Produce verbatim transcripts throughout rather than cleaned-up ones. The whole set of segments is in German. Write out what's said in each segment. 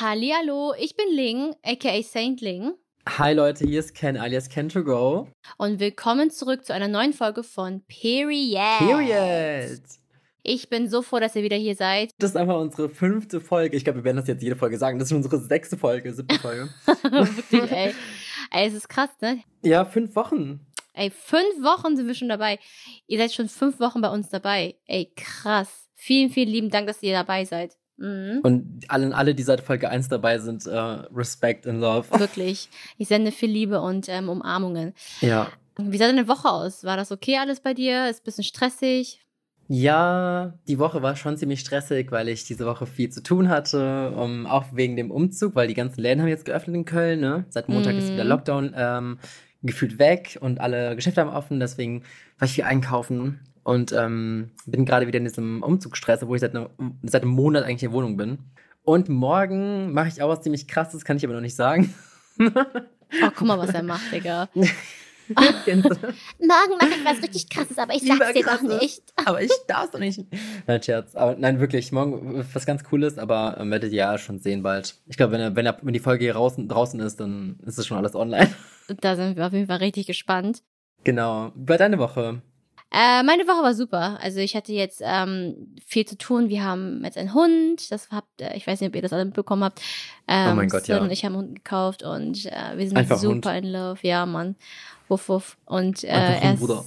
Hallihallo, ich bin Ling, aka Saint Ling. Hi Leute, hier ist Ken alias Ken to go. Und willkommen zurück zu einer neuen Folge von Period. Period. Ich bin so froh, dass ihr wieder hier seid. Das ist einfach unsere fünfte Folge. Ich glaube, wir werden das jetzt jede Folge sagen. Das ist schon unsere sechste Folge, siebte Folge. Wirklich, ey. Ey, es ist krass, ne? Ja, fünf Wochen. Ey, fünf Wochen sind wir schon dabei. Ihr seid schon fünf Wochen bei uns dabei. Ey, krass. Vielen, vielen lieben Dank, dass ihr dabei seid. Mhm. Und allen, alle, die seit Folge eins dabei sind, uh, Respect and Love. Wirklich. Ich sende viel Liebe und ähm, Umarmungen. Ja. Wie sah deine Woche aus? War das okay alles bei dir? Ist ein bisschen stressig? Ja, die Woche war schon ziemlich stressig, weil ich diese Woche viel zu tun hatte, um, auch wegen dem Umzug, weil die ganzen Läden haben jetzt geöffnet in Köln, ne? Seit Montag Mhm. ist wieder Lockdown ähm, gefühlt weg und alle Geschäfte haben offen, deswegen war ich viel einkaufen und ähm, bin gerade wieder in diesem Umzugsstress, wo ich seit, ne, seit einem Monat eigentlich in der Wohnung bin. Und morgen mache ich auch was ziemlich krasses, kann ich aber noch nicht sagen. Oh, guck mal, was er macht, Digga. Morgen mache ich was richtig Krasses, aber ich sag's dir noch nicht. Aber ich darf's doch nicht. Nein, Scherz. Aber nein, wirklich, morgen was ganz Cooles, aber ähm, werdet ihr ja schon sehen bald. Ich glaube, wenn, er- wenn, er- wenn die Folge hier draußen, draußen ist, dann ist es schon alles online. Da sind wir auf jeden Fall richtig gespannt. Genau. Bei deine Woche. Äh, meine Woche war super. Also ich hatte jetzt ähm, viel zu tun. Wir haben jetzt einen Hund. Das habt, äh, ich weiß nicht, ob ihr das alle mitbekommen habt. Ähm, Oh mein Gott, Sid ja. und ich haben einen Hund gekauft und äh, wir sind Einfach super Hund. in love. Ja, Mann. Wuff, wuff. Und äh, Einfach er Hund, ist Bruder.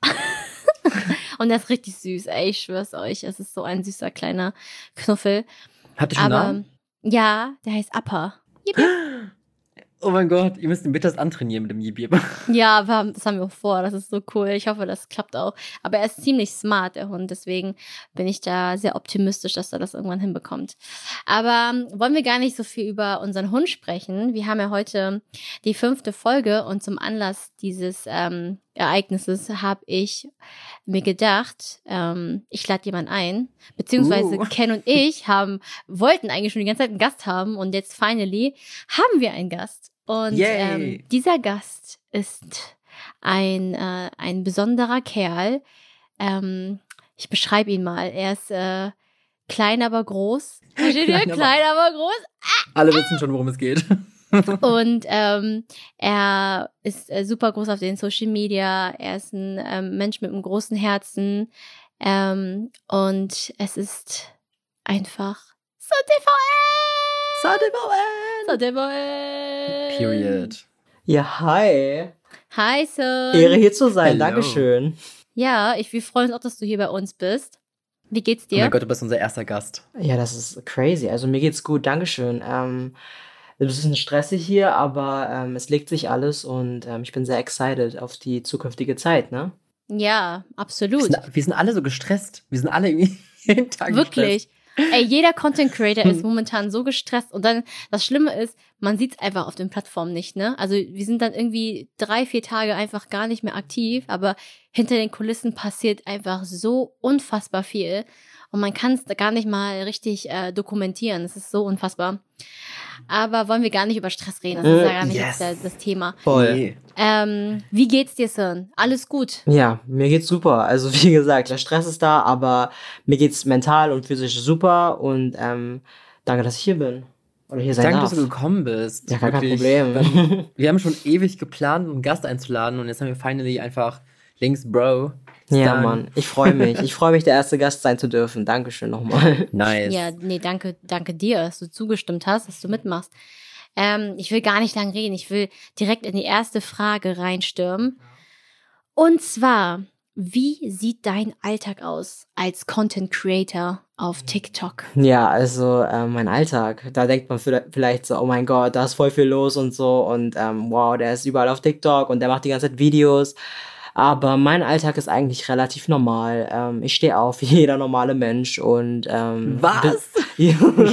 und er ist richtig süß. Ey, ich schwör's euch. Es ist so ein süßer kleiner Knuffel. Habt ihr schon Aber Namen? ja, der heißt Appa. Yippie. Oh mein Gott, ihr müsst ihn bitte das antrainieren mit dem Yibib. Ja, wir haben, das haben wir auch vor. Das ist so cool. Ich hoffe, das klappt auch. Aber er ist ziemlich smart, der Hund. Deswegen bin ich da sehr optimistisch, dass er das irgendwann hinbekommt. Aber ähm, wollen wir gar nicht so viel über unseren Hund sprechen. Wir haben ja heute die fünfte Folge und zum Anlass dieses ähm, Ereignisses habe ich mir gedacht, ähm, ich lade jemanden ein. Beziehungsweise Uh. Ken und ich haben, wollten eigentlich schon die ganze Zeit einen Gast haben und jetzt finally haben wir einen Gast. Und Yay. ähm, dieser Gast ist ein, äh, ein besonderer Kerl. Ähm, ich beschreibe ihn mal. Er ist äh, klein, aber groß. Versteht ihr? Klein, aber- Klein, aber groß. Alle wissen schon, worum es geht. Und ähm, er ist äh, super groß auf den Social Media. Er ist ein ähm, Mensch mit einem großen Herzen. Ähm, und es ist einfach so T V N! So T V N! Period. Ja, hi. Hi, Son. Ehre hier zu sein, Hello. Dankeschön. Ja, ich, wir freuen uns auch, dass du hier bei uns bist. Wie geht's Oh dir? mein Gott, du bist unser erster Gast. Ja, das ist crazy. Also mir geht's gut, Dankeschön. Ähm, es ist ein bisschen stressig hier, aber ähm, es legt sich alles und ähm, ich bin sehr excited auf die zukünftige Zeit, ne? Ja, Wir absolut. sind, wir sind alle so gestresst. Wir sind alle irgendwie jeden Tag gestresst. Wirklich. Ey, jeder Content Creator ist Hm. momentan so gestresst und dann, das Schlimme ist, man sieht's einfach auf den Plattformen nicht, ne? Also wir sind dann irgendwie drei, vier Tage einfach gar nicht mehr aktiv, aber hinter den Kulissen passiert einfach so unfassbar viel und man kann es gar nicht mal richtig äh, dokumentieren. Es ist so unfassbar. Aber wollen wir gar nicht über Stress reden, das ist ja gar nicht Yes. jetzt der, das Thema. Voll. Nee. Ähm, wie geht's dir, Son? Alles gut? Ja, mir geht's super. Also wie gesagt, der Stress ist da, aber mir geht's mental und physisch super und ähm, danke, dass ich hier bin. Oder hier sein Danke, darf. dass du gekommen bist. Ja, gar kein Wirklich. Problem. Wir, wir haben schon ewig geplant, einen Gast einzuladen und jetzt haben wir finally einfach Links Bro. Ja, Stan. Mann, ich freue mich. Ich freue mich, der erste Gast sein zu dürfen. Dankeschön nochmal. Nice. Ja, nee, danke, danke dir, dass du zugestimmt hast, dass du mitmachst. Ähm, ich will gar nicht lang reden. Ich will direkt in die erste Frage reinstürmen. Und zwar, wie sieht dein Alltag aus als Content Creator auf TikTok? Ja, also äh, mein Alltag, da denkt man vielleicht vielleicht so, oh mein Gott, da ist voll viel los und so und ähm, wow, der ist überall auf TikTok und der macht die ganze Zeit Videos. Aber mein Alltag ist eigentlich relativ normal. Ähm, ich stehe auf wie jeder normale Mensch und ähm, Was? bi-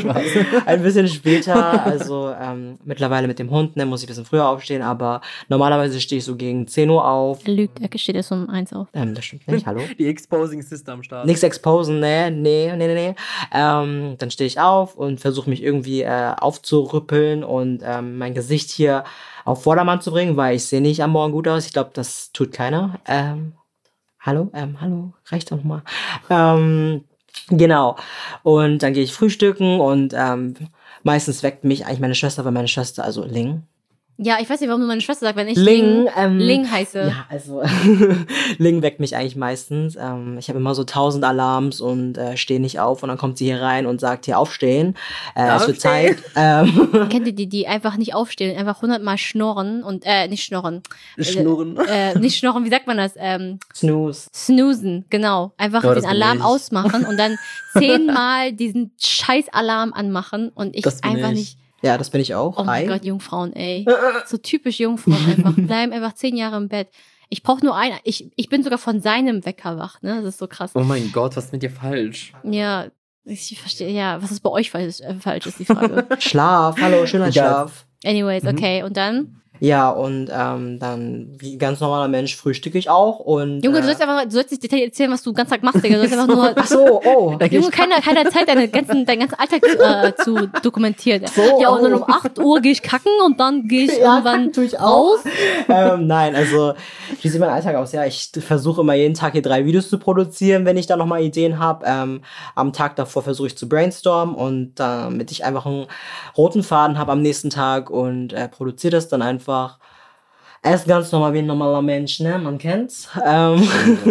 ein bisschen später, also ähm, mittlerweile mit dem Hund, ne, muss ich ein bisschen früher aufstehen, aber normalerweise stehe ich so gegen zehn Uhr auf. Er lügt, er steht erst um eins auf. Ähm, das stimmt nicht, hallo? Die Exposing Sister am Start. Nichts exposen, ne, nee, nee, nee, nee. Ähm, dann stehe ich auf und versuche mich irgendwie äh, aufzurüppeln und ähm, mein Gesicht hier auf Vordermann zu bringen, weil ich sehe nicht am Morgen gut aus. Ich glaube, das tut keiner. Ähm, hallo, ähm, hallo, reicht doch mal. Ähm, genau. Und dann gehe ich frühstücken und ähm, Meistens weckt mich eigentlich meine Schwester, weil meine Schwester, also Ling. Ja, ich weiß nicht, warum du meine Schwester sagst, wenn ich Ling, Ling, ähm, Ling heiße. Ja, also Ling weckt mich eigentlich meistens. Ähm, ich habe immer so tausend Alarms und äh, stehe nicht auf und dann kommt sie hier rein und sagt, hier aufstehen. Äh, es wird Zeit. Ähm, Kennt ihr die, die einfach nicht aufstehen, einfach hundertmal schnorren und, äh, nicht schnorren. Schnurren. Äh, nicht schnorren, wie sagt man das? Ähm, Snooze. snoozen, genau. Einfach Ja, das den bin Alarm ich. ausmachen und dann zehnmal diesen scheiß Alarm anmachen und ich Das bin einfach ich. nicht. Ja, das bin ich auch. Oh mein Hi. Gott, Jungfrauen, ey. So typisch Jungfrauen einfach. Bleiben einfach zehn Jahre im Bett. Ich brauche nur einen. Ich, ich bin sogar von seinem Wecker wach, ne? Das ist so krass. Oh mein Gott, was ist mit dir falsch? Ja, ich verstehe. Ja, was ist bei euch falsch, äh, falsch ist die Frage. Schlaf, hallo, schöner Egal. Schlaf. Anyways, Mhm. okay. Und dann? Ja, und ähm, dann, wie ganz normaler Mensch, frühstücke ich auch. Und, Junge, äh, du sollst einfach, du sollst nicht detailliert erzählen, was du den ganzen Tag machst, Digga. Du sollst einfach nur. Ach so, oh. Da geh Junge, ich keiner, keiner Zeit, deine ganzen, deinen ganzen Alltag äh, zu dokumentieren. So, ja, und dann oh. um acht Uhr gehe ich kacken und dann gehe ich Ja, irgendwann kacken tue ich auch. raus. ähm, nein, also wie sieht mein Alltag aus? Ja, ich versuche immer jeden Tag hier drei Videos zu produzieren, wenn ich da nochmal Ideen habe. Ähm, am Tag davor versuche ich zu brainstormen und damit ich einfach einen roten Faden habe am nächsten Tag und äh, produziere das dann einfach. Er ist ganz normal wie ein normaler Mensch, ne? Man kennt's. Ähm,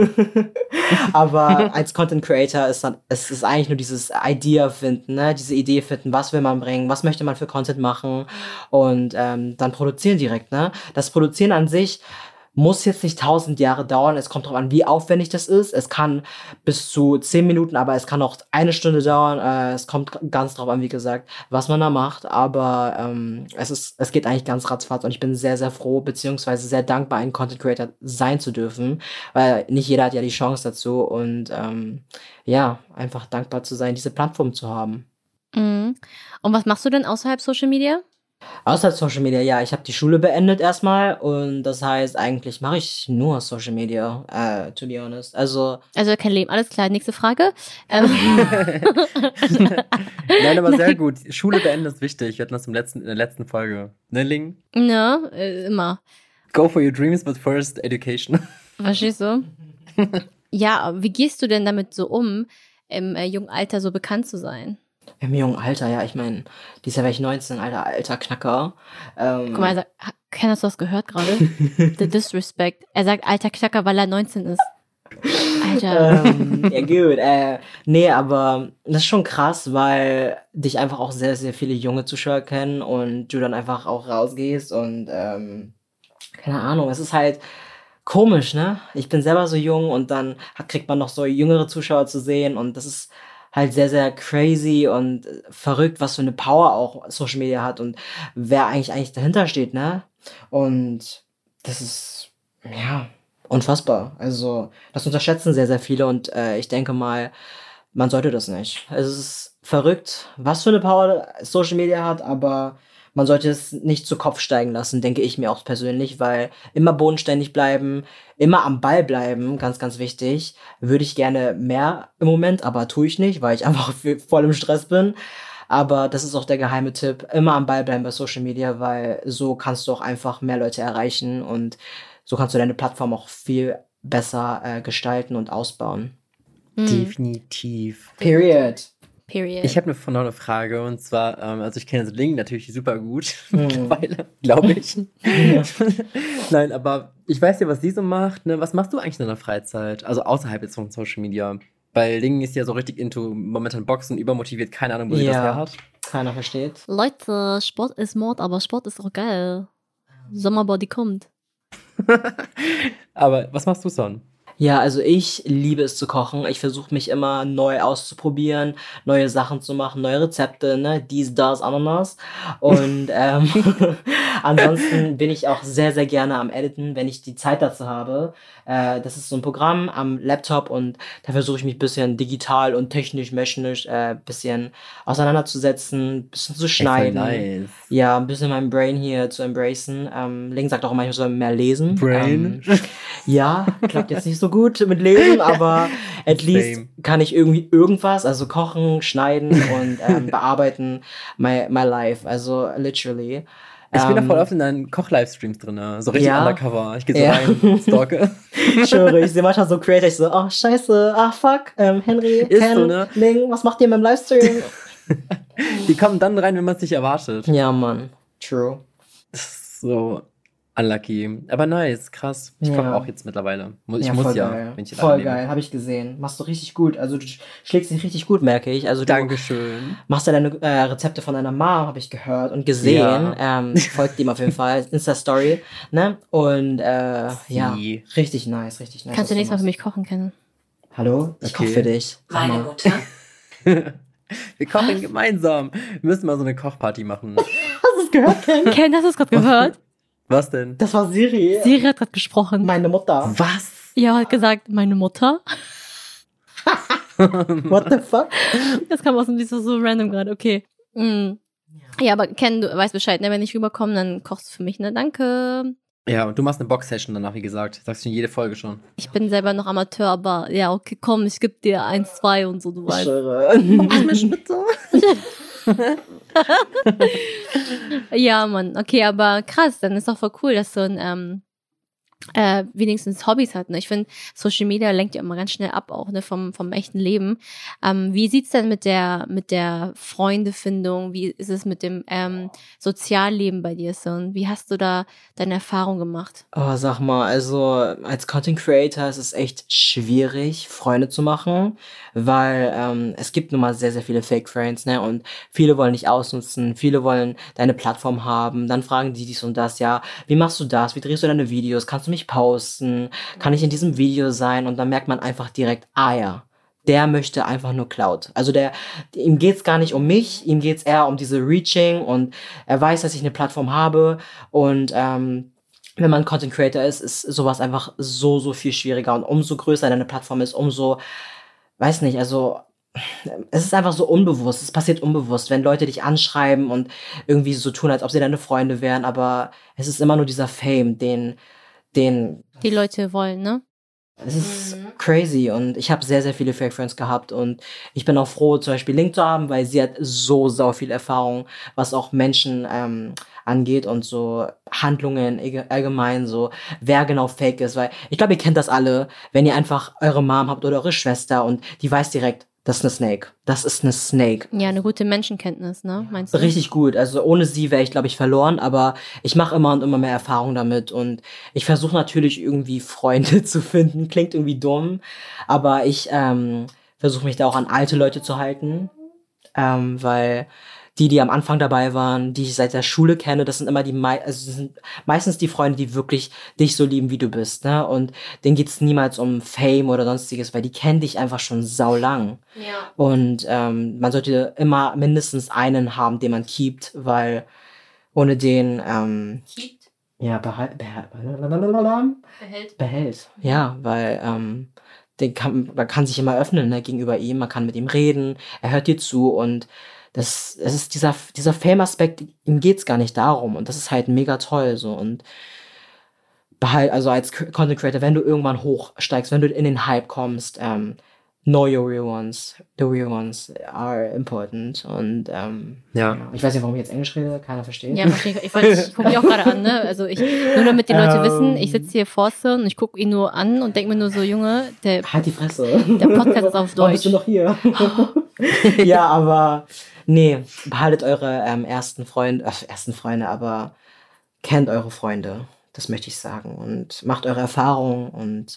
aber als Content Creator ist dann, es ist eigentlich nur dieses Idea finden, ne? Diese Idee finden, was will man bringen, was möchte man für Content machen und ähm, dann produzieren direkt, ne? Das Produzieren an sich muss jetzt nicht tausend Jahre dauern. Es kommt drauf an, wie aufwendig das ist. Es kann bis zu zehn Minuten, aber es kann auch eine Stunde dauern. Äh, es kommt ganz drauf an, wie gesagt, was man da macht. Aber ähm, es ist, es geht eigentlich ganz ratzfatz und ich bin sehr, sehr froh, beziehungsweise sehr dankbar, ein Content Creator sein zu dürfen, weil nicht jeder hat ja die Chance dazu und ähm, ja, einfach dankbar zu sein, diese Plattform zu haben. Mhm. Und was machst du denn außerhalb Social Media? Außerhalb Social Media, ja, ich habe die Schule beendet erstmal und das heißt, eigentlich mache ich nur Social Media, äh, to be honest. Also, Also kein Leben, alles klar. Nächste Frage. Ähm, Nein, aber sehr gut. Schule beenden ist wichtig. Wir hatten das im letzten, in der letzten Folge. Ne, Ling? ne, äh, immer. Go for your dreams, but first education. Verstehst du? Ja, aber wie gehst du denn damit so um, im äh, jungen Alter so bekannt zu sein? im jungen Alter, ja, ich meine, dieses Jahr wäre ich neunzehn, alter, alter Knacker. Ähm, Guck mal, er sagt, ha- Ken, hast du das gehört gerade? The Disrespect. Er sagt alter Knacker, weil er neunzehn ist. Alter. ähm, ja gut, äh, nee, aber das ist schon krass, weil dich einfach auch sehr, sehr viele junge Zuschauer kennen und du dann einfach auch rausgehst und ähm, keine Ahnung, es ist halt komisch, ne? Ich bin selber so jung und dann hat, kriegt man noch so jüngere Zuschauer zu sehen und das ist halt sehr, sehr crazy und äh, verrückt, was für eine Power auch Social Media hat und wer eigentlich eigentlich dahinter steht, ne? Und das ist, ja, unfassbar. Also, das unterschätzen sehr, sehr viele und äh, ich denke mal, man sollte das nicht. Es ist verrückt, was für eine Power Social Media hat, aber man sollte es nicht zu Kopf steigen lassen, denke ich mir auch persönlich, weil immer bodenständig bleiben, immer am Ball bleiben, ganz, ganz wichtig. Würde ich gerne mehr im Moment, aber tue ich nicht, weil ich einfach voll im Stress bin. Aber das ist auch der geheime Tipp, immer am Ball bleiben bei Social Media, weil so kannst du auch einfach mehr Leute erreichen und so kannst du deine Plattform auch viel besser äh, gestalten und ausbauen. Hm, Definitiv. Period. period. Ich habe noch noch eine Frage und zwar, ähm, also ich kenne das Ling natürlich super gut Mhm. mittlerweile, glaube ich. Nein, aber ich weiß ja, was sie so macht. Ne? Was machst du eigentlich in deiner Freizeit? Also außerhalb jetzt von Social Media. Weil Ling ist ja so richtig into momentan Boxen, übermotiviert, keine Ahnung, wo sie das Ja. her hat. Keiner versteht. Leute, Sport ist Mord, aber Sport ist auch geil. Sommerbody kommt. Aber was machst du, Son? Ja, also ich liebe es zu kochen. Ich versuche mich immer neu auszuprobieren, neue Sachen zu machen, neue Rezepte, ne, dies, das, Ananas. Und ähm, ansonsten bin ich auch sehr, sehr gerne am Editen, wenn ich die Zeit dazu habe. Äh, das ist so ein Programm am Laptop und da versuche ich mich ein bisschen digital und technisch, mechanisch äh, bisschen auseinanderzusetzen, ein bisschen zu schneiden. Ey, voll nice. Ja, ein bisschen mein Brain hier zu embracen. Ähm, Ling sagt auch immer, ich soll mehr lesen. Brain? Ähm, ja, klappt jetzt nicht so gut mit Lesen, aber at least Same. kann ich irgendwie irgendwas, also kochen, schneiden und ähm, bearbeiten my, my life. Also literally. Ich bin da Ähm, voll oft in deinen Koch-Livestreams drin, ne? So richtig ja. undercover. Ich gehe so Ja. rein, stalke. Ich schwöre, ich sehe manchmal so creator, ich so, oh scheiße, ah fuck, ähm, Henry, Ist Ken, so, ne? Ling, was macht ihr mit dem Livestream? Die kommen dann rein, wenn man es nicht erwartet. Ja, Mann. True. Das ist so unlucky. Aber nice, krass. Ich koche Ja. auch jetzt mittlerweile. Mu- Ich Ja, muss voll ja, geil. wenn ich hier Voll alleine geil, habe ich gesehen. Machst du richtig gut. Also du sch- schlägst dich richtig gut, merke ich. Also du Dankeschön. machst ja deine äh, Rezepte von deiner Mom, habe ich gehört und gesehen. Ja. Ähm, folgt ihm auf jeden Fall. Insta-Story. Ne? Und äh, ja, Sie. richtig nice, richtig nice. Kannst du was nächstes Mal für machst. mich kochen können? Hallo? Ich Okay. koche für dich. Sag Meine mal. Mutter. Wir kochen gemeinsam. Wir müssen mal so eine Kochparty machen. Hast du es gehört, Ken? Ken, hast du es gerade gehört? Was denn? Das war Siri. Siri hat gerade gesprochen. Meine Mutter. Was? Ja, hat gesagt, meine Mutter. What the fuck? Das kam aus dem so, so random gerade, okay. Mm. Ja, aber Ken, du weißt Bescheid, ne? Wenn ich rüberkomme, dann kochst du für mich, ne? Danke. Ja, und du machst eine Box-Session danach, wie gesagt. Sagst du in jede Folge schon. Ich bin selber noch Amateur, aber ja, okay, komm, ich geb dir eins, zwei und so, du Ich weißt. schwöre. Ja, Mann, okay, aber krass, dann ist doch voll cool, dass so ein, ähm, äh, wenigstens Hobbys hat. Ne? Ich finde, Social Media lenkt ja immer ganz schnell ab, auch ne, vom, vom echten Leben. Ähm, wie sieht's denn mit der, mit der Freundefindung? Wie ist es mit dem ähm, Sozialleben bei dir so? Und wie hast du da deine Erfahrung gemacht? Oh, sag mal, also als Content Creator ist es echt schwierig, Freunde zu machen, weil ähm, es gibt nun mal sehr, sehr viele Fake Friends, ne? Und viele wollen dich ausnutzen, viele wollen deine Plattform haben, dann fragen die dies und das, ja, wie machst du das, wie drehst du deine Videos, kannst du mich posten, kann ich in diesem Video sein? Und dann merkt man einfach direkt, ah ja, der möchte einfach nur Cloud. Also der, ihm geht's gar nicht um mich, ihm geht's eher um diese Reaching und er weiß, dass ich eine Plattform habe und ähm, wenn man Content Creator ist, ist sowas einfach so, so viel schwieriger und umso größer deine Plattform ist, umso, weiß nicht, also es ist einfach so unbewusst, es passiert unbewusst, wenn Leute dich anschreiben und irgendwie so tun, als ob sie deine Freunde wären, aber es ist immer nur dieser Fame, den, den Die Leute wollen, ne? es ist crazy und ich habe sehr, sehr viele Fake Friends gehabt und ich bin auch froh, zum Beispiel Link zu haben, weil sie hat so, so viel Erfahrung, was auch Menschen ähm, angeht und so Handlungen ege- allgemein, so wer genau fake ist, weil ich glaube, ihr kennt das alle, wenn ihr einfach eure Mom habt oder eure Schwester und die weiß direkt, das ist eine Snake, das ist eine Snake. Ja, eine gute Menschenkenntnis, ne? Meinst du? Richtig gut. Also ohne sie wäre ich, glaube ich, verloren, aber ich mache immer und immer mehr Erfahrung damit und ich versuche natürlich irgendwie Freunde zu finden. Klingt irgendwie dumm, aber ich ähm, versuche mich da auch an alte Leute zu halten, ähm, weil die, die am Anfang dabei waren, die ich seit der Schule kenne, das sind immer die, mei also das sind meistens die Freunde, die wirklich dich so lieben, wie du bist, ne? Und denen geht's niemals um Fame oder sonstiges, weil die kennen dich einfach schon saulang. Ja. Und ähm, man sollte immer mindestens einen haben, den man keept, weil ohne den ähm, Keept, ja behält, behält, behält. behält. Ja, weil ähm, den kann, man kann sich immer öffnen, ne, gegenüber ihm, man kann mit ihm reden, er hört dir zu und das, es ist dieser, dieser Fame-Aspekt, ihm geht's gar nicht darum und das ist halt mega toll so und behalt, also als C- Content Creator, wenn du irgendwann hochsteigst, wenn du in den Hype kommst, ähm, know your real ones. The real ones are important und ähm, Ja. ich weiß nicht, warum ich jetzt Englisch rede, keiner versteht. Ja, verstehe ich. Ich, wollte- ich gucke mich auch gerade an, ne? Also ich, nur damit die Leute Ähm. wissen, ich sitze hier vor so und ich gucke ihn nur an und denke mir nur so, Junge, der, Halt die Fresse. der Podcast ist auf Warum bist Deutsch. du noch hier? Ja, aber nee, behaltet eure ähm, ersten Freunde, äh, ersten Freunde, aber kennt eure Freunde, das möchte ich sagen und macht eure Erfahrungen und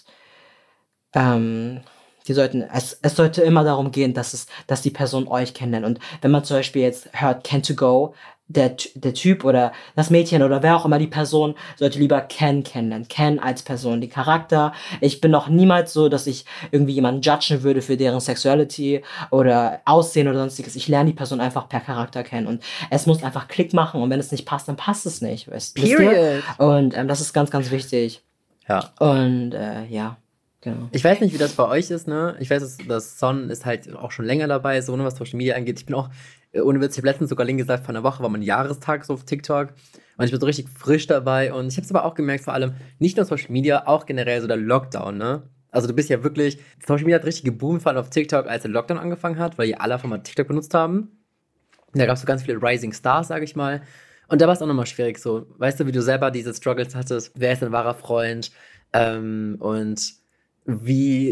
ähm, die sollten, es, es sollte immer darum gehen, dass es, dass die Person euch kennenlernt und wenn man zum Beispiel jetzt hört Ken to go, der, Ty- der Typ oder das Mädchen oder wer auch immer die Person sollte lieber Ken kennenlernen. Ken als Person, die Charakter. Ich bin noch niemals so, dass ich irgendwie jemanden judgen würde für deren Sexuality oder Aussehen oder sonstiges. Ich lerne die Person einfach per Charakter kennen und es muss einfach Klick machen und wenn es nicht passt, dann passt es nicht. Wisst, wisst ihr? Period. Und ähm, das ist ganz, ganz wichtig. Ja. Und äh, ja, genau. Ich weiß nicht, wie das bei euch ist, ne? Ich weiß, dass, dass Son ist halt auch schon länger dabei, so, ne, was Social Media angeht. Ich bin auch, äh, ohne Witz, ich habe letztens sogar Link gesagt, vor einer Woche war mein Jahrestag so auf TikTok. Und ich bin so richtig frisch dabei. Und ich habe es aber auch gemerkt, vor allem nicht nur Social Media, auch generell so der Lockdown, ne? Also du bist ja wirklich, Social Media hat richtig geboomt, vor allem auf TikTok, als der Lockdown angefangen hat, weil die alle einfach mal TikTok benutzt haben. Und da gab es so ganz viele Rising Stars, sage ich mal. Und da war es auch nochmal schwierig so. Weißt du, wie du selber diese Struggles hattest? Wer ist ein wahrer Freund? Ähm, und wie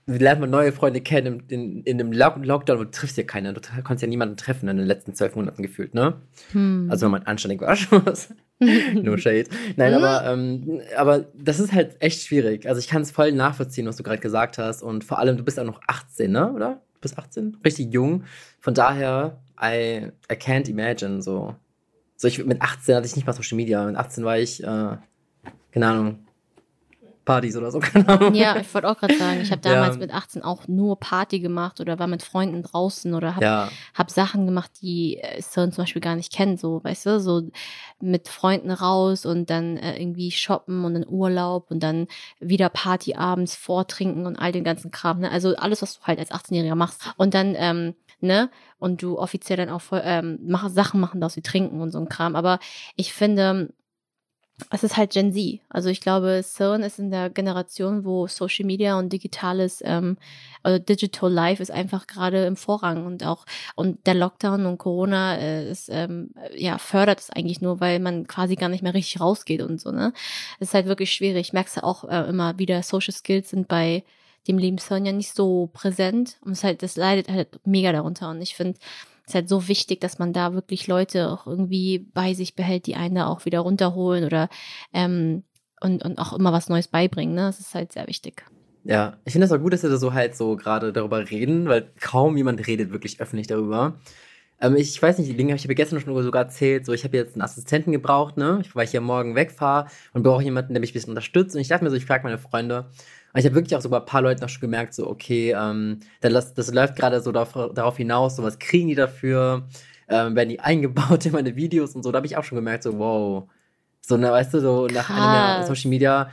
lernt man neue Freunde kennen in, in, in einem Lock Lockdown, du triffst ja keinen, du konntest ja niemanden treffen in den letzten zwölf Monaten gefühlt, ne? Hm. Also wenn man anständig war, no shade. Nein, aber, ähm, aber das ist halt echt schwierig. Also ich kann es voll nachvollziehen, was du gerade gesagt hast und vor allem, du bist auch noch achtzehn, ne? Oder? Du bist achtzehn? Richtig jung. Von daher, I, I can't imagine, so. So, ich, mit achtzehn hatte ich nicht mal Social Media. Mit achtzehn war ich, äh, keine Ahnung, Partys oder so, keine Ahnung. Ja, ich wollte auch gerade sagen, ich habe damals Ja. mit achtzehn auch nur Party gemacht oder war mit Freunden draußen oder habe Ja, hab Sachen gemacht, die äh, Son zum Beispiel gar nicht kennt, so, weißt du, so mit Freunden raus und dann äh, irgendwie shoppen und in Urlaub und dann wieder Party abends vortrinken und all den ganzen Kram, ne? Also alles, was du halt als achtzehnjähriger machst. Und dann, ähm, ne, und du offiziell dann auch voll, ähm, mach, Sachen machen darfst wie trinken und so ein Kram. Aber ich finde, es ist halt Gen Z. Also ich glaube, Son ist in der Generation, wo Social Media und digitales, ähm, also Digital Life ist einfach gerade im Vorrang und auch und der Lockdown und Corona äh, ist ähm, ja fördert es eigentlich nur, weil man quasi gar nicht mehr richtig rausgeht und so, ne? Es ist halt wirklich schwierig. Merkst du auch äh, immer wieder, Social Skills sind bei dem lieben Son ja nicht so präsent und es halt das leidet halt mega darunter und ich finde es ist halt so wichtig, dass man da wirklich Leute auch irgendwie bei sich behält, die einen da auch wieder runterholen oder ähm, und, und auch immer was Neues beibringen. Ne? Das ist halt sehr wichtig. ja. Ich finde es auch gut, dass wir da so halt so gerade darüber reden, weil kaum jemand redet wirklich öffentlich darüber. Ähm, ich weiß nicht, die Dinge habe ich habe gestern schon sogar erzählt, so ich habe jetzt einen Assistenten gebraucht, ne, weil ich hier morgen wegfahre und brauche jemanden, der mich ein bisschen unterstützt. Und ich dachte mir so, ich frage meine Freunde. Und ich habe wirklich auch so bei ein paar Leuten auch schon gemerkt, so okay, ähm, das, das läuft gerade so darauf, darauf hinaus, so was kriegen die dafür, ähm, werden die eingebaut in meine Videos und so. Da habe ich auch schon gemerkt, so wow, so, ne, weißt du, so nach einem Jahr Krass. Social Media,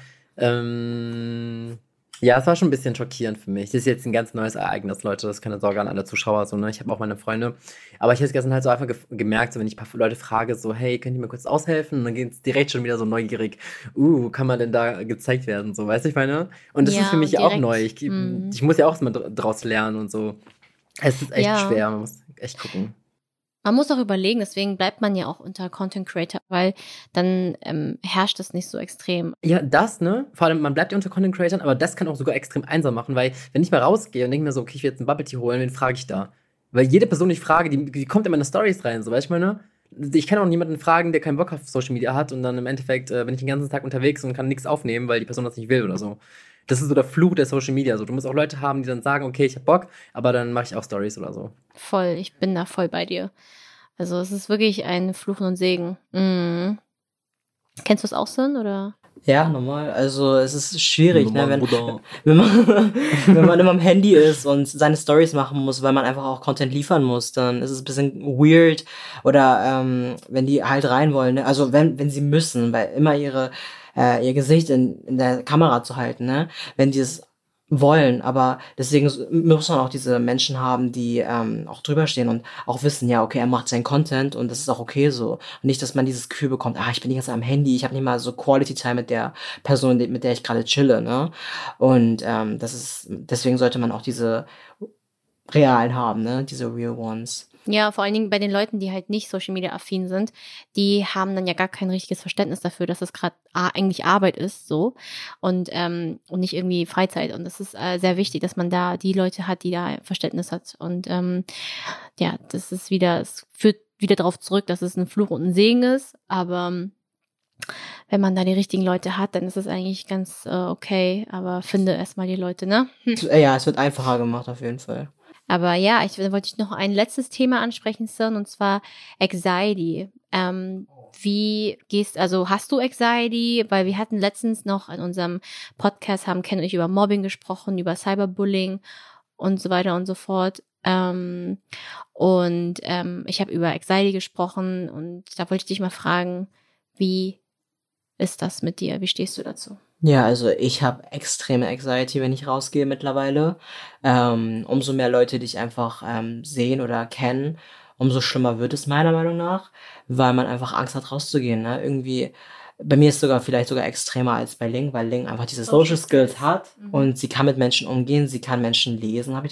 ähm, ja, es war schon ein bisschen schockierend für mich. Das ist jetzt ein ganz neues Ereignis, Leute. Das ist keine Sorge an alle Zuschauer. So, ne? Ich habe auch meine Freunde. Aber ich habe gestern halt so einfach ge gemerkt, so wenn ich ein paar Leute frage, so, hey, könnt ihr mir kurz aushelfen? Und dann geht es direkt schon wieder so neugierig. Uh, kann man denn da gezeigt werden? So, weißt du, ich meine? Und das ist für Ja, mich ja auch direkt. neu. Ich, Mhm. ich muss ja auch mal dr- draus lernen und so. Es ist echt Ja. schwer. Man muss echt gucken. Man muss auch überlegen, deswegen bleibt man ja auch unter Content Creator, weil dann ähm, herrscht das nicht so extrem. Ja, das, ne? Vor allem, man bleibt ja unter Content Creatern, aber das kann auch sogar extrem einsam machen, weil, wenn ich mal rausgehe und denke mir so, okay, ich will jetzt einen Bubble Tea holen, wen frage ich da? Weil jede Person, die ich frage, die, die kommt in meine Stories rein, so, weißt du, ich meine? Ich kann auch niemanden fragen, der keinen Bock auf Social Media hat und dann im Endeffekt äh, bin ich den ganzen Tag unterwegs und kann nichts aufnehmen, weil die Person das nicht will oder so. Das ist so der Fluch der Social Media. So, du musst auch Leute haben, die dann sagen, okay, ich hab Bock, aber dann mache ich auch Stories oder so. Voll, ich bin da voll bei dir. Also es ist wirklich ein Fluch und Segen. Mhm. Kennst du es auch, Son, oder? Ja, normal. Also es ist schwierig, ne, wenn, Bruder. wenn, man, wenn man immer am Handy ist und seine Stories machen muss, weil man einfach auch Content liefern muss, dann ist es ein bisschen weird. Oder ähm, wenn die halt rein wollen, ne? Also wenn, wenn sie müssen, weil immer ihre äh, ihr Gesicht in, in der Kamera zu halten, ne? Wenn die es wollen, aber deswegen muss man auch diese Menschen haben, die ähm, auch drüber stehen und auch wissen, ja, okay, er macht seinen Content und das ist auch okay so. Und nicht, dass man dieses Gefühl bekommt, ah, ich bin die ganze Zeit am Handy, ich habe nicht mal so Quality Time mit der Person, die- mit der ich gerade chille, ne? Und ähm, das ist, deswegen sollte man auch diese realen haben, ne? Diese real ones. Ja, vor allen Dingen bei den Leuten, die halt nicht Social Media affin sind, die haben dann ja gar kein richtiges Verständnis dafür, dass es gerade eigentlich Arbeit ist, so und ähm, und nicht irgendwie Freizeit. Und das ist äh, sehr wichtig, dass man da die Leute hat, die da Verständnis hat. Und ähm, ja, das ist wieder, es führt wieder darauf zurück, dass es ein Fluch und ein Segen ist. Aber ähm, wenn man da die richtigen Leute hat, dann ist es eigentlich ganz äh, okay. Aber finde erstmal die Leute, ne? Ja, es wird einfacher gemacht auf jeden Fall. Aber ja, ich wollte ich noch ein letztes Thema ansprechen, Son, und zwar Anxiety. Ähm, wie gehst, also hast du Anxiety? Weil wir hatten letztens noch in unserem Podcast, haben Ken und ich über Mobbing gesprochen, über Cyberbullying und so weiter und so fort. Ähm, und ähm, ich habe über Anxiety gesprochen und da wollte ich dich mal fragen, wie ist das mit dir? Wie stehst du dazu? Ja, also ich habe extreme Anxiety, wenn ich rausgehe mittlerweile. Ähm, umso mehr Leute dich einfach ähm, sehen oder kennen, umso schlimmer wird es meiner Meinung nach, weil man einfach Angst hat rauszugehen. Ne? Irgendwie, bei mir ist es sogar vielleicht sogar extremer als bei Ling, weil Ling einfach diese Social Skills hat Mhm. und sie kann mit Menschen umgehen, sie kann Menschen lesen, habe ich das auch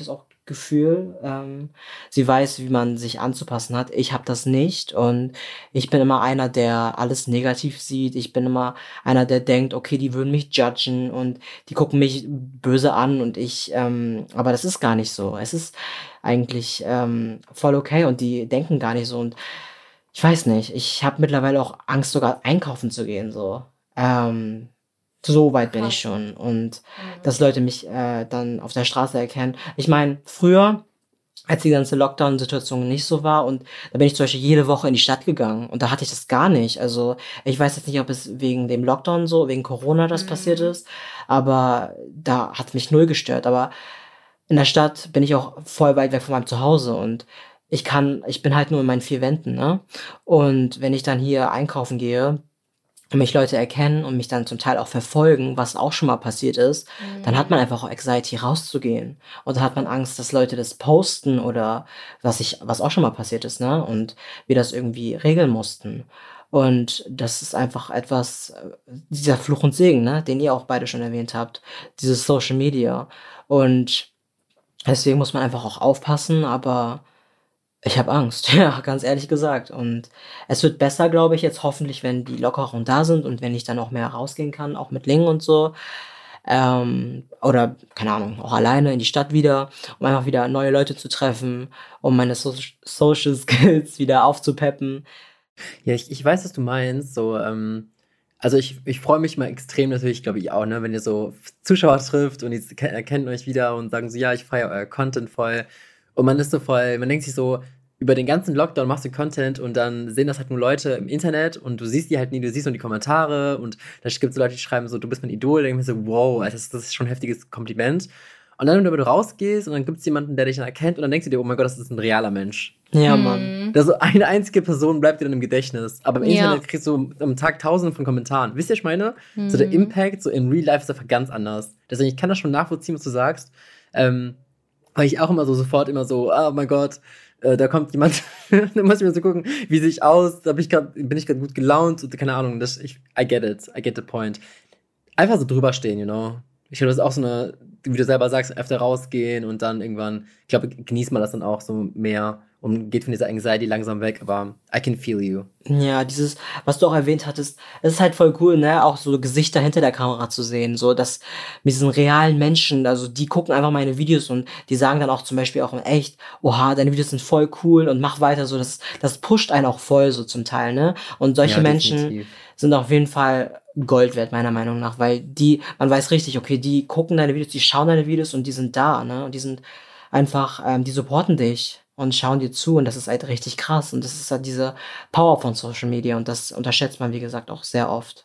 Gefühl. Ähm, sie weiß, wie man sich anzupassen hat. Ich habe das nicht und ich bin immer einer, der alles negativ sieht. Ich bin immer einer, der denkt, okay, die würden mich judgen und die gucken mich böse an und ich, ähm, aber das ist gar nicht so. Es ist eigentlich ähm, voll okay und die denken gar nicht so und ich weiß nicht, ich habe mittlerweile auch Angst, sogar einkaufen zu gehen, so. Ähm, so weit bin ich Krass. schon und Mhm. dass Leute mich äh, dann auf der Straße erkennen. Ich meine, früher, als die ganze Lockdown-Situation nicht so war und da bin ich zum Beispiel jede Woche in die Stadt gegangen und da hatte ich das gar nicht. Also ich weiß jetzt nicht, ob es wegen dem Lockdown so, wegen Corona das passiert Mhm. ist, aber da hat mich null gestört. Aber in der Stadt bin ich auch voll weit weg von meinem Zuhause und ich kann, ich bin halt nur in meinen vier Wänden, ne? Und wenn ich dann hier einkaufen gehe und mich Leute erkennen und mich dann zum Teil auch verfolgen, was auch schon mal passiert ist, dann hat man Mhm. einfach auch Anxiety rauszugehen. Und dann hat man Angst, dass Leute das posten oder was ich, was auch schon mal passiert ist, ne? Und wir das irgendwie regeln mussten. Und das ist einfach etwas, äh, dieser Fluch und Segen, ne? Den ihr auch beide schon erwähnt habt. Dieses Social Media. Und deswegen muss man einfach auch aufpassen, aber ich habe Angst, ja, ganz ehrlich gesagt. Und es wird besser, glaube ich, jetzt hoffentlich, wenn die Lockerungen da sind und wenn ich dann auch mehr rausgehen kann, auch mit Lingen und so. Ähm, oder, keine Ahnung, auch alleine in die Stadt wieder, um einfach wieder neue Leute zu treffen, um meine so Social Skills wieder aufzupeppen. Ja, ich, ich weiß, was du meinst. So, ähm, also ich, ich freue mich mal extrem natürlich, glaube ich auch, ne, wenn ihr so Zuschauer trifft und die ke- erkennen euch wieder und sagen so, ja, ich feiere euer Content voll. Und man ist so voll, man denkt sich so, über den ganzen Lockdown machst du Content und dann sehen das halt nur Leute im Internet und du siehst die halt nie, du siehst nur die Kommentare und da gibt es so Leute, die schreiben so, du bist mein Idol. Da denke ich mir so, wow, also das, das ist schon ein heftiges Kompliment. Und dann, wenn du rausgehst und dann gibt es jemanden, der dich dann erkennt und dann denkst du dir, oh mein Gott, das ist ein realer Mensch. Ja, Mann. Mhm. Da so eine einzige Person bleibt dir dann im Gedächtnis. Aber im Ja. Internet kriegst du am Tag tausende von Kommentaren. Wisst ihr, was ich meine? So der Mhm. Impact, so in Real Life ist einfach ganz anders. Deswegen, ich kann das schon nachvollziehen, was du sagst. Ähm, weil ich auch immer so sofort immer so, oh mein Gott, äh, da kommt jemand, da muss ich mir so gucken, wie sehe ich aus, da bin ich grad, bin ich gerade gut gelaunt und keine Ahnung, das, ich, I get it, I get the point. Einfach so drüber stehen, you know. Ich glaube, das ist auch so eine, wie du selber sagst, öfter rausgehen und dann irgendwann, ich glaube, genießt man das dann auch so mehr und geht von dieser Anxiety langsam weg, aber I can feel you. Ja, dieses, was du auch erwähnt hattest, es ist halt voll cool, ne, auch so Gesichter hinter der Kamera zu sehen, so, dass mit diesen realen Menschen, also die gucken einfach meine Videos und die sagen dann auch zum Beispiel auch in echt, oha, deine Videos sind voll cool und mach weiter, so, das, das pusht einen auch voll, so zum Teil, ne, und solche Ja, Menschen definitiv. sind auf jeden Fall Gold wert, meiner Meinung nach, weil die, man weiß richtig, okay, die gucken deine Videos, die schauen deine Videos und die sind da, ne, und die sind einfach, ähm, die supporten dich und schauen dir zu und das ist halt richtig krass und das ist halt diese Power von Social Media und das unterschätzt man, wie gesagt, auch sehr oft.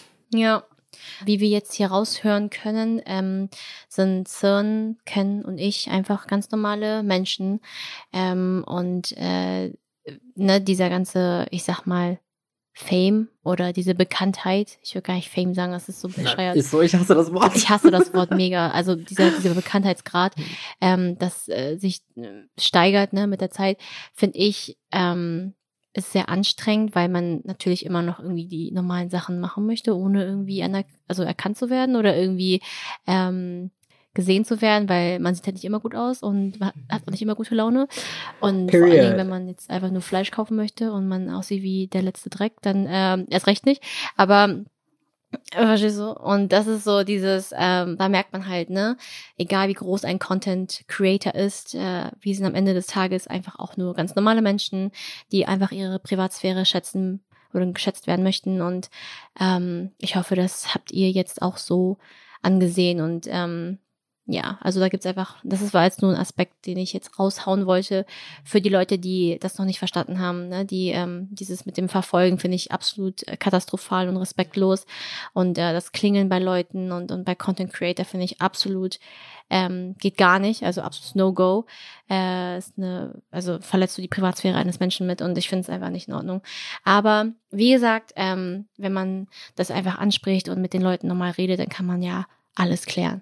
Ja. Wie wir jetzt hier raushören können, ähm, sind Cern, Ken und ich einfach ganz normale Menschen. Ähm, und äh, ne, dieser ganze, ich sag mal, Fame oder diese Bekanntheit, ich will gar nicht Fame sagen, das ist so bescheuert. Ist so, ich hasse das Wort. Ich hasse das Wort mega. Also dieser, dieser Bekanntheitsgrad, ähm, das äh, sich äh, steigert, ne, mit der Zeit, finde ich, ähm, ist sehr anstrengend, weil man natürlich immer noch irgendwie die normalen Sachen machen möchte, ohne irgendwie aner also erkannt zu werden oder irgendwie ähm, gesehen zu werden, weil man sieht halt nicht immer gut aus und man hat auch nicht immer gute Laune. Und vor allen Dingen, Period. wenn man jetzt einfach nur Fleisch kaufen möchte und man aussieht wie der letzte Dreck, dann ähm, erst recht nicht. Aber verstehst du? Und das ist so dieses, ähm, da merkt man halt, ne, egal wie groß ein Content Creator ist, äh, wir sind am Ende des Tages einfach auch nur ganz normale Menschen, die einfach ihre Privatsphäre schätzen oder geschätzt werden möchten. Und ähm, ich hoffe, das habt ihr jetzt auch so angesehen. Und ähm, ja, also da gibt's einfach, das ist, war jetzt nur ein Aspekt, den ich jetzt raushauen wollte für die Leute, die das noch nicht verstanden haben. Ne? Die ähm, dieses mit dem Verfolgen finde ich absolut äh, katastrophal und respektlos. Und äh, das Klingeln bei Leuten und, und bei Content Creator finde ich absolut, ähm, geht gar nicht, also absolut No-Go. Äh, ist eine, also verletzt du die Privatsphäre eines Menschen mit und ich finde es einfach nicht in Ordnung. Aber wie gesagt, ähm, wenn man das einfach anspricht und mit den Leuten nochmal redet, dann kann man ja alles klären.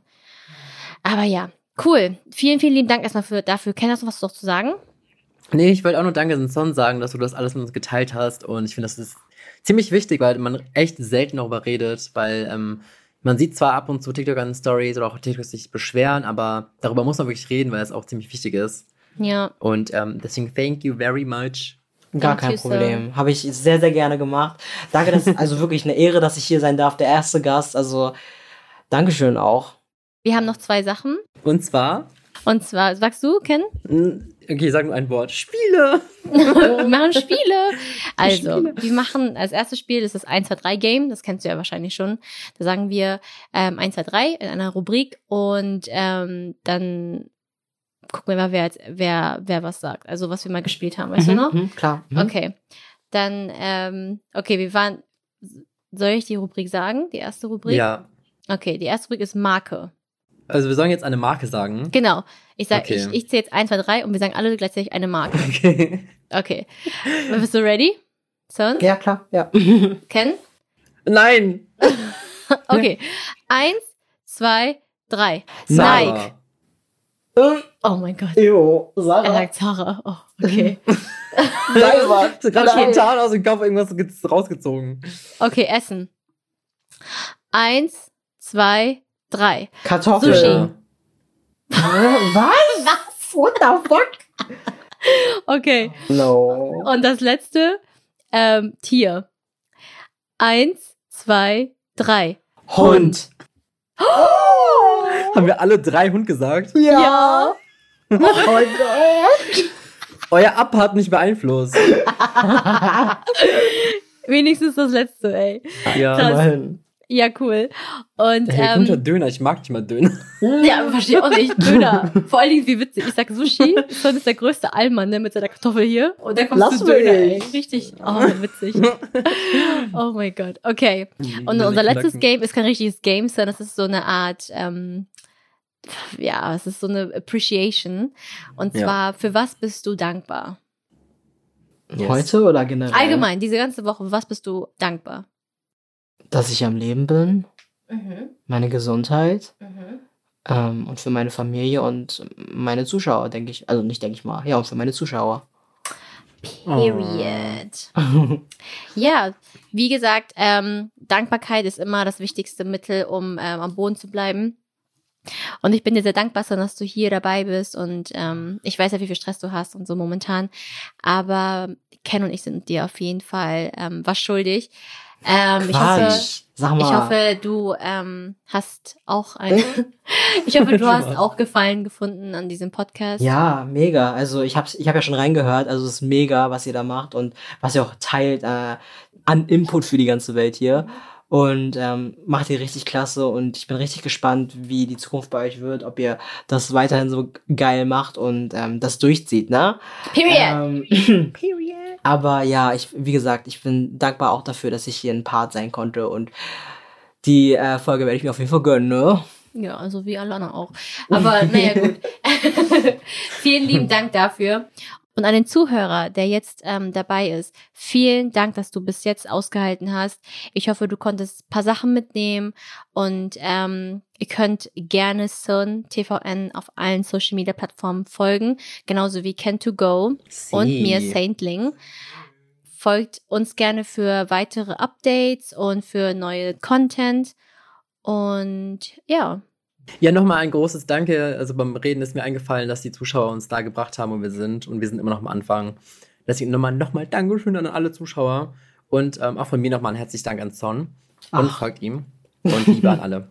Aber ja, cool. Vielen, vielen lieben Dank erstmal für, dafür. Ken, hast du was noch zu sagen? Nee, ich wollte auch nur Danke an Son sagen, dass du das alles mit uns geteilt hast. Und ich finde, das ist ziemlich wichtig, weil man echt selten darüber redet, weil ähm, man sieht zwar ab und zu TikToker in Stories oder auch TikToks sich beschweren, aber darüber muss man wirklich reden, weil es auch ziemlich wichtig ist. Ja. Und ähm, deswegen thank you very much. Gar Thank kein you, sir. Problem. Habe ich sehr, sehr gerne gemacht. Danke, das ist also wirklich eine Ehre, dass ich hier sein darf. Der erste Gast. Also, Dankeschön auch. Wir haben noch zwei Sachen. Und zwar, Und zwar, sagst du, Ken? mh, okay, sag nur ein Wort. Spiele! Wir machen Spiele. Also, Spiele. wir machen als erstes Spiel, das ist das eins zwei drei Game. Das kennst du ja wahrscheinlich schon. Da sagen wir ähm, eins zwei drei in einer Rubrik und ähm, dann gucken wir mal, wer, jetzt, wer, wer was sagt. Also, was wir mal gespielt haben. Weißt du noch? Mhm, klar. Mhm. Okay. Dann, ähm, okay, wir waren. Soll ich die Rubrik sagen? Die erste Rubrik? Ja. Okay, die erste Rubrik ist Marke. Also wir sollen jetzt eine Marke sagen. Genau. Ich sag, Okay. ich, ich zähle jetzt eins zwei drei und wir sagen alle gleichzeitig eine Marke. Okay. Okay. Bist du ready? Son? Ja, klar. Ja. Ken? Nein! Okay. Eins, zwei, drei. Nike. Nike. Ähm, Oh mein Gott. Jo, Er Sarah. sagt Zara. Oh, okay. Nein, Mann. Ich hab gerade Nein. spontan aus dem Kopf irgendwas ge- rausgezogen. Okay, Essen. Eins, zwei, drei. Kartoffeln. Sushi. Äh, Was? Was? What the fuck? Okay. No. Und das letzte, ähm, Tier. Eins, zwei, drei. Hund. Haben wir alle drei Hund gesagt? Ja. Oh mein Gott. Euer Ab hat mich beeinflusst. Wenigstens das letzte, ey. Ja. Krass. Immerhin. Ja, cool. Und, Hey, guter ähm, Döner, ich mag nicht mal Döner. ja, verstehe auch nicht. Döner. Vor allen Dingen, wie witzig. Ich sag Sushi, Son ist der größte Allmann, ne, mit seiner Kartoffel hier. Und dann kommst Lass du Döner, ey. mich. Richtig. Oh, witzig. Oh mein Gott. Okay. Und unser letztes Game ist kein richtiges Game, sondern es ist so eine Art, ähm, ja, es ist so eine Appreciation. Und Ja. zwar, für was bist du dankbar? Yes. Heute oder generell? Allgemein, diese ganze Woche, für was bist du dankbar? Dass ich am Leben bin, Mhm. meine Gesundheit Mhm. ähm, und für meine Familie und meine Zuschauer, denke ich. Also nicht denke ich mal. Ja, und für meine Zuschauer. Period. Ja, wie gesagt, ähm, Dankbarkeit ist immer das wichtigste Mittel, um ähm, am Boden zu bleiben. Und ich bin dir sehr dankbar, Son, dass du hier dabei bist. Und ähm, ich weiß ja, wie viel Stress du hast und so momentan. Aber Ken und ich sind dir auf jeden Fall ähm, was schuldig. Ähm, ich hoffe, Quatsch. Sag mal. ich hoffe, du ähm, hast auch ein, ich hoffe, du hast auch Gefallen gefunden an diesem Podcast. Ja, mega. Also ich habe ich hab ja schon reingehört. Also es ist mega, was ihr da macht und was ihr auch teilt äh, an Input für die ganze Welt hier. Und ähm, macht ihr richtig klasse und ich bin richtig gespannt, wie die Zukunft bei euch wird, ob ihr das weiterhin so geil macht und ähm, das durchzieht, ne? Period. Ähm, Period. aber ja, ich, wie gesagt, ich bin dankbar auch dafür, dass ich hier ein Part sein konnte und die äh, Folge werde ich mir auf jeden Fall gönnen, ne? Ja, also wie alle anderen auch. Aber naja, gut. Vielen lieben Dank dafür. Und an den Zuhörer, der jetzt ähm, dabei ist, vielen Dank, dass du bis jetzt ausgehalten hast. Ich hoffe, du konntest ein paar Sachen mitnehmen und ähm, ihr könnt gerne Son T V N auf allen Social Media Plattformen folgen, genauso wie Ken to Go und mir Saintling. Folgt uns gerne für weitere Updates und für neue Content. Und ja. Ja, nochmal ein großes Danke. Also beim Reden ist mir eingefallen, dass die Zuschauer uns da gebracht haben, wo wir sind. Und wir sind immer noch am Anfang. Deswegen nochmal nochmal Dankeschön an alle Zuschauer. Und ähm, auch von mir nochmal ein herzlichen Dank an Son. Und Ach. folgt ihm. Und Liebe an alle.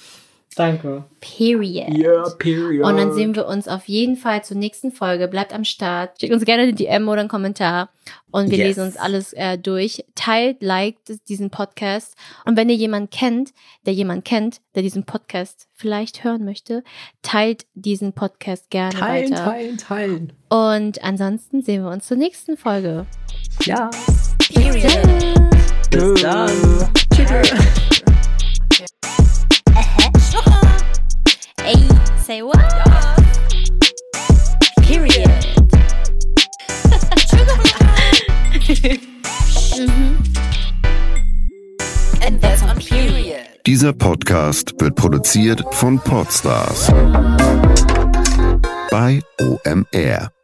Danke. Period. Yeah, period. Und dann sehen wir uns auf jeden Fall zur nächsten Folge. Bleibt am Start. Schickt uns gerne eine D M oder einen Kommentar. Und wir Yes. lesen uns alles äh, durch. Teilt, liked diesen Podcast. Und wenn ihr jemanden kennt, der jemanden kennt, der diesen Podcast vielleicht hören möchte, teilt diesen Podcast gerne Teilen, weiter. teilen, teilen. Und ansonsten sehen wir uns zur nächsten Folge. Ja. Period. Bis dann. Tschüss. Ey, say what? Period. mhm. And that's on period. Dieser Podcast wird produziert von Podstars bei O M R.